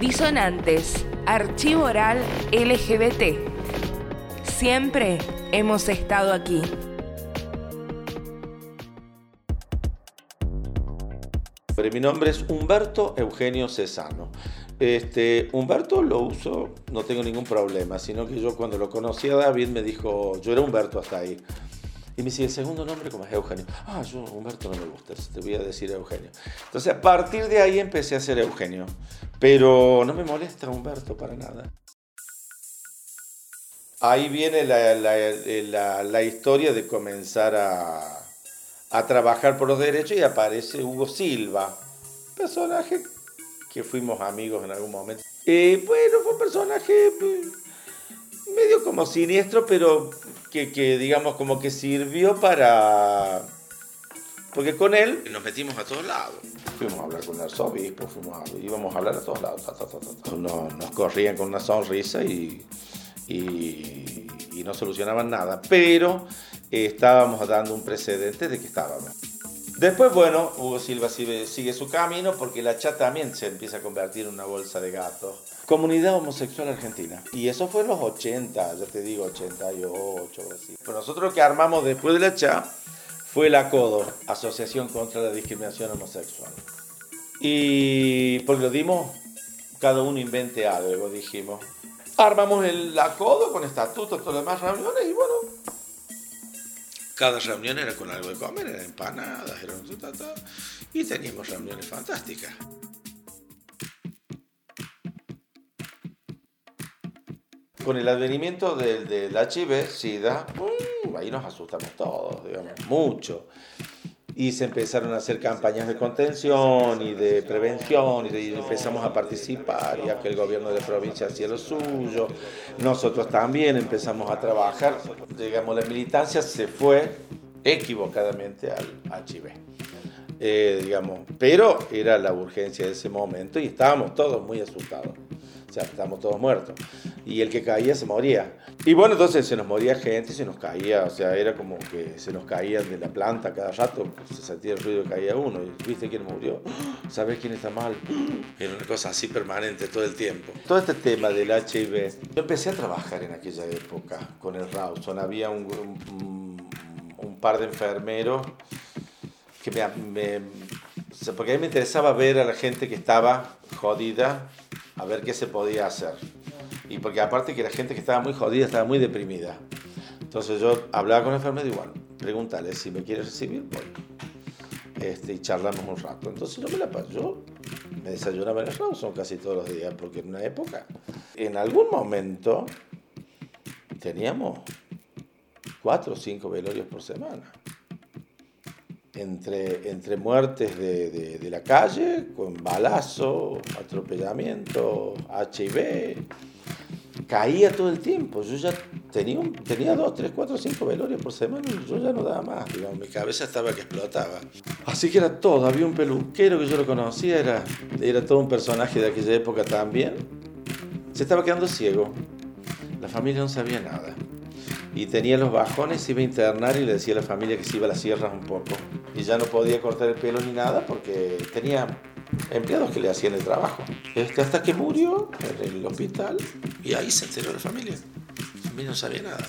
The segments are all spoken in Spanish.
Disonantes, Archivo Oral LGBT. Siempre hemos estado aquí. Mi nombre es Humberto Eugenio Cesano. Humberto lo uso, no tengo ningún problema, sino que yo cuando lo conocí a David me dijo, yo era Humberto hasta ahí. Y me dice, el segundo nombre como es Eugenio. Yo Humberto no me gusta, te voy a decir Eugenio. Entonces a partir de ahí empecé a ser Eugenio. Pero no me molesta Humberto para nada. Ahí viene la historia de comenzar a trabajar por los derechos y aparece Hugo Silva, personaje que fuimos amigos en algún momento. Bueno, fue un personaje medio como siniestro, pero que digamos como que sirvió para... Porque con él nos metimos a todos lados. Fuimos a hablar con el arzobispo, íbamos a hablar a todos lados. Nos corrían con una sonrisa y no solucionaban nada, pero estábamos dando un precedente de que estábamos. Después, bueno, Hugo Silva sigue su camino porque la CHA también se empieza a convertir en una bolsa de gatos. Comunidad Homosexual Argentina. Y eso fue en los 80, ya te digo, 88, así. Pero nosotros lo que armamos después de la CHA fue la ACODO, Asociación contra la Discriminación Homosexual. Y porque lo dimos, cada uno invente algo, dijimos. Armamos el ACODO con estatutos, todas las demás reuniones y bueno, cada reunión era con algo de comer, eran empanadas, y teníamos reuniones fantásticas. Con el advenimiento del HIV, SIDA, ahí nos asustamos todos, digamos, mucho. Y se empezaron a hacer campañas de contención y de prevención y empezamos a participar, ya que el gobierno de la provincia hacía lo suyo. Nosotros también empezamos a trabajar. Digamos, la militancia se fue equivocadamente al HIV. Digamos, pero era la urgencia de ese momento y estábamos todos muy asustados. O sea, estábamos todos muertos. Y el que caía se moría. Y bueno, entonces se nos moría gente, se nos caía, o sea, era como que se nos caía de la planta cada rato, se sentía el ruido y caía uno. Y ¿viste quién murió? ¿Sabes quién está mal? Era una cosa así permanente todo el tiempo. Todo este tema del HIV, yo empecé a trabajar en aquella época con el Rawson. Había un par de enfermeros que porque a mí me interesaba ver a la gente que estaba jodida, a ver qué se podía hacer. Y porque aparte que la gente que estaba muy jodida estaba muy deprimida. Entonces yo hablaba con el enfermero y bueno, pregúntale si me quiere recibir, voy. Y charlamos un rato. Entonces yo me desayunaba en el Rawson casi todos los días, porque en una época, en algún momento, teníamos 4 o 5 velorios por semana. Entre muertes de la calle, con balazo, atropellamiento, HIV, caía todo el tiempo. Yo ya tenía 2, 3, 4, 5 velorios por semana y yo ya no daba más. Digamos, mi cabeza estaba que explotaba. Así que era todo. Había un peluquero que yo lo conocía, era todo un personaje de aquella época también. Se estaba quedando ciego. La familia no sabía nada. Y tenía los bajones, se iba a internar y le decía a la familia que se iba a las sierras un poco. Y ya no podía cortar el pelo ni nada porque tenía empleados que le hacían el trabajo. Hasta que murió en el hospital y ahí se enteró la familia. La familia no sabía nada.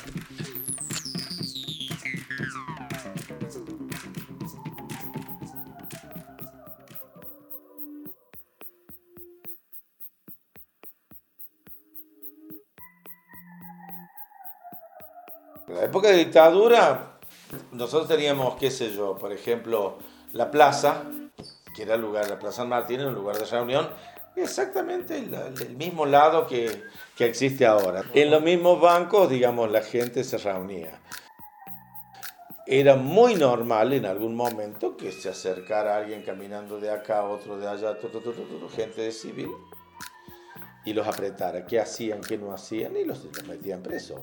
En la época de dictadura, nosotros teníamos, qué sé yo, por ejemplo, la plaza, que era el lugar, la Plaza San Martín, era un lugar de reunión, exactamente el mismo lado que existe ahora. En los mismos bancos, digamos, la gente se reunía. Era muy normal en algún momento que se acercara alguien caminando de acá, otro de allá, gente de civil, y los apretara. ¿Qué hacían, qué no hacían? Y los metían presos.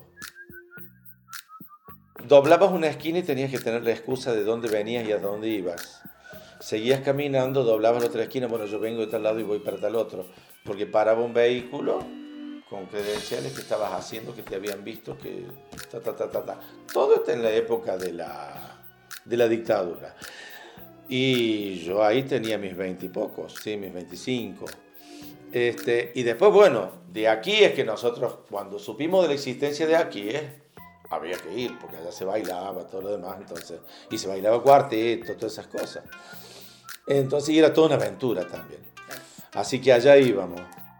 Doblabas una esquina y tenías que tener la excusa de dónde venías y a dónde ibas. Seguías caminando, doblabas la otra esquina, bueno, yo vengo de tal lado y voy para tal otro. Porque paraba un vehículo con credenciales que estabas haciendo, que te habían visto, que Todo está en la época de la dictadura. Y yo ahí tenía mis 20 y pocos, sí, mis 25. Y después, bueno, de aquí es que nosotros, cuando supimos de la existencia de aquí, había que ir, porque allá se bailaba, todo lo demás, entonces, y se bailaba cuarteto, todas esas cosas. Entonces, y era toda una aventura también. Así que allá íbamos.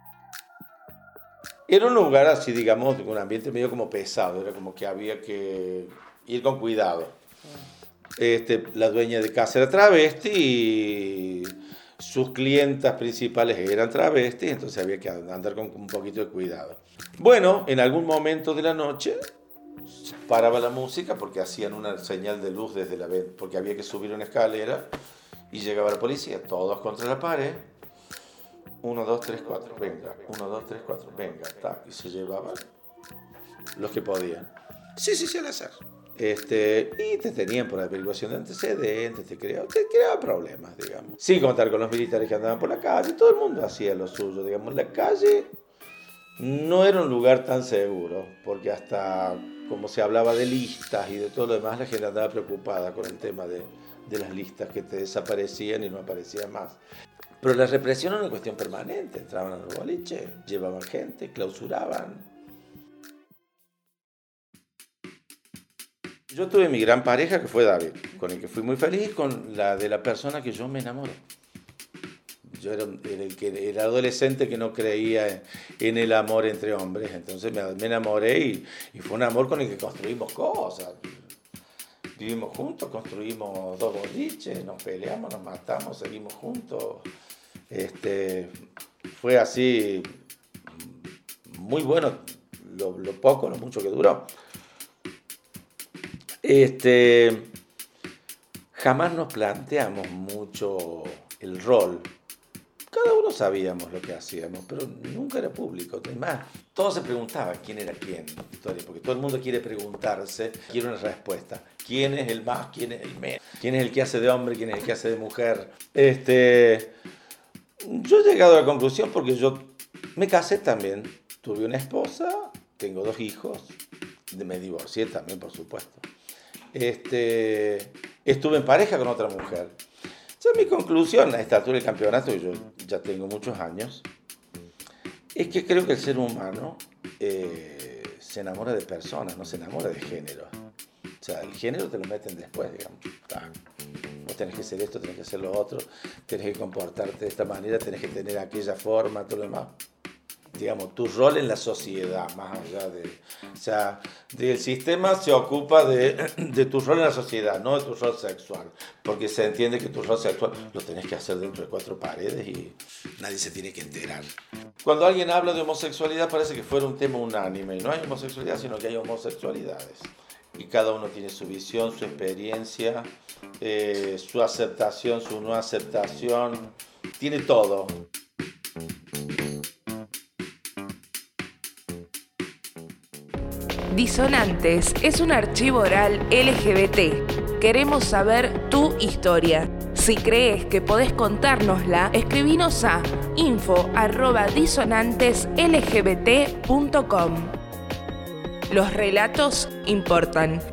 Era un lugar así, digamos, con un ambiente medio como pesado, era como que había que ir con cuidado. La dueña de casa era travesti y sus clientas principales eran travestis, entonces había que andar con un poquito de cuidado. Bueno, en algún momento de la noche paraba la música porque hacían una señal de luz desde la ventana, porque había que subir una escalera y llegaba la policía, todos contra la pared. 1, 2, 3, 4, venga. 1, 2, 3, 4, venga. Ta, y se llevaban los que podían. Sí, al azar. Y te tenían por averiguación de antecedentes, te creaba problemas, digamos. Sin contar con los militares que andaban por la calle, todo el mundo hacía lo suyo, digamos. La calle no era un lugar tan seguro, porque hasta como se hablaba de listas y de todo lo demás, la gente andaba preocupada con el tema de las listas que te desaparecían y no aparecían más. Pero la represión era una cuestión permanente. Entraban a los boliches, llevaban gente, clausuraban. Yo tuve mi gran pareja, que fue David, con el que fui muy feliz, con la de la persona que yo me enamoré. Yo era el adolescente que no creía en el amor entre hombres. Entonces me enamoré y fue un amor con el que construimos cosas. Vivimos juntos, construimos 2 boliches, nos peleamos, nos matamos, seguimos juntos. Fue así muy bueno lo poco, lo mucho que duró. Jamás nos planteamos mucho el rol. Cada uno sabíamos lo que hacíamos, pero nunca era público. Además, todos se preguntaban quién era quién, porque todo el mundo quiere preguntarse, quiere una respuesta. ¿Quién es el más? ¿Quién es el menos? ¿Quién es el que hace de hombre? ¿Quién es el que hace de mujer? Yo he llegado a la conclusión porque yo me casé también, tuve una esposa, tengo 2 hijos, me divorcié también, por supuesto. Estuve en pareja con otra mujer. Mi conclusión a esta altura del campeonato, y yo ya tengo muchos años, es que creo que el ser humano se enamora de personas, no se enamora de género. O sea, el género te lo meten después, digamos. Vos tenés que hacer esto, tenés que hacer lo otro, tenés que comportarte de esta manera, tenés que tener aquella forma, todo lo demás. Digamos, tu rol en la sociedad, más allá de... O sea, el sistema se ocupa de tu rol en la sociedad, no de tu rol sexual. Porque se entiende que tu rol sexual lo tenés que hacer dentro de 4 paredes y nadie se tiene que enterar. Cuando alguien habla de homosexualidad parece que fuera un tema unánime. Y no hay homosexualidad, sino que hay homosexualidades. Y cada uno tiene su visión, su experiencia, su aceptación, su no aceptación. Tiene todo. Disonantes es un archivo oral LGBT. Queremos saber tu historia. Si crees que podés contárnosla, escribinos a info@disonanteslgbt.com. Los relatos importan.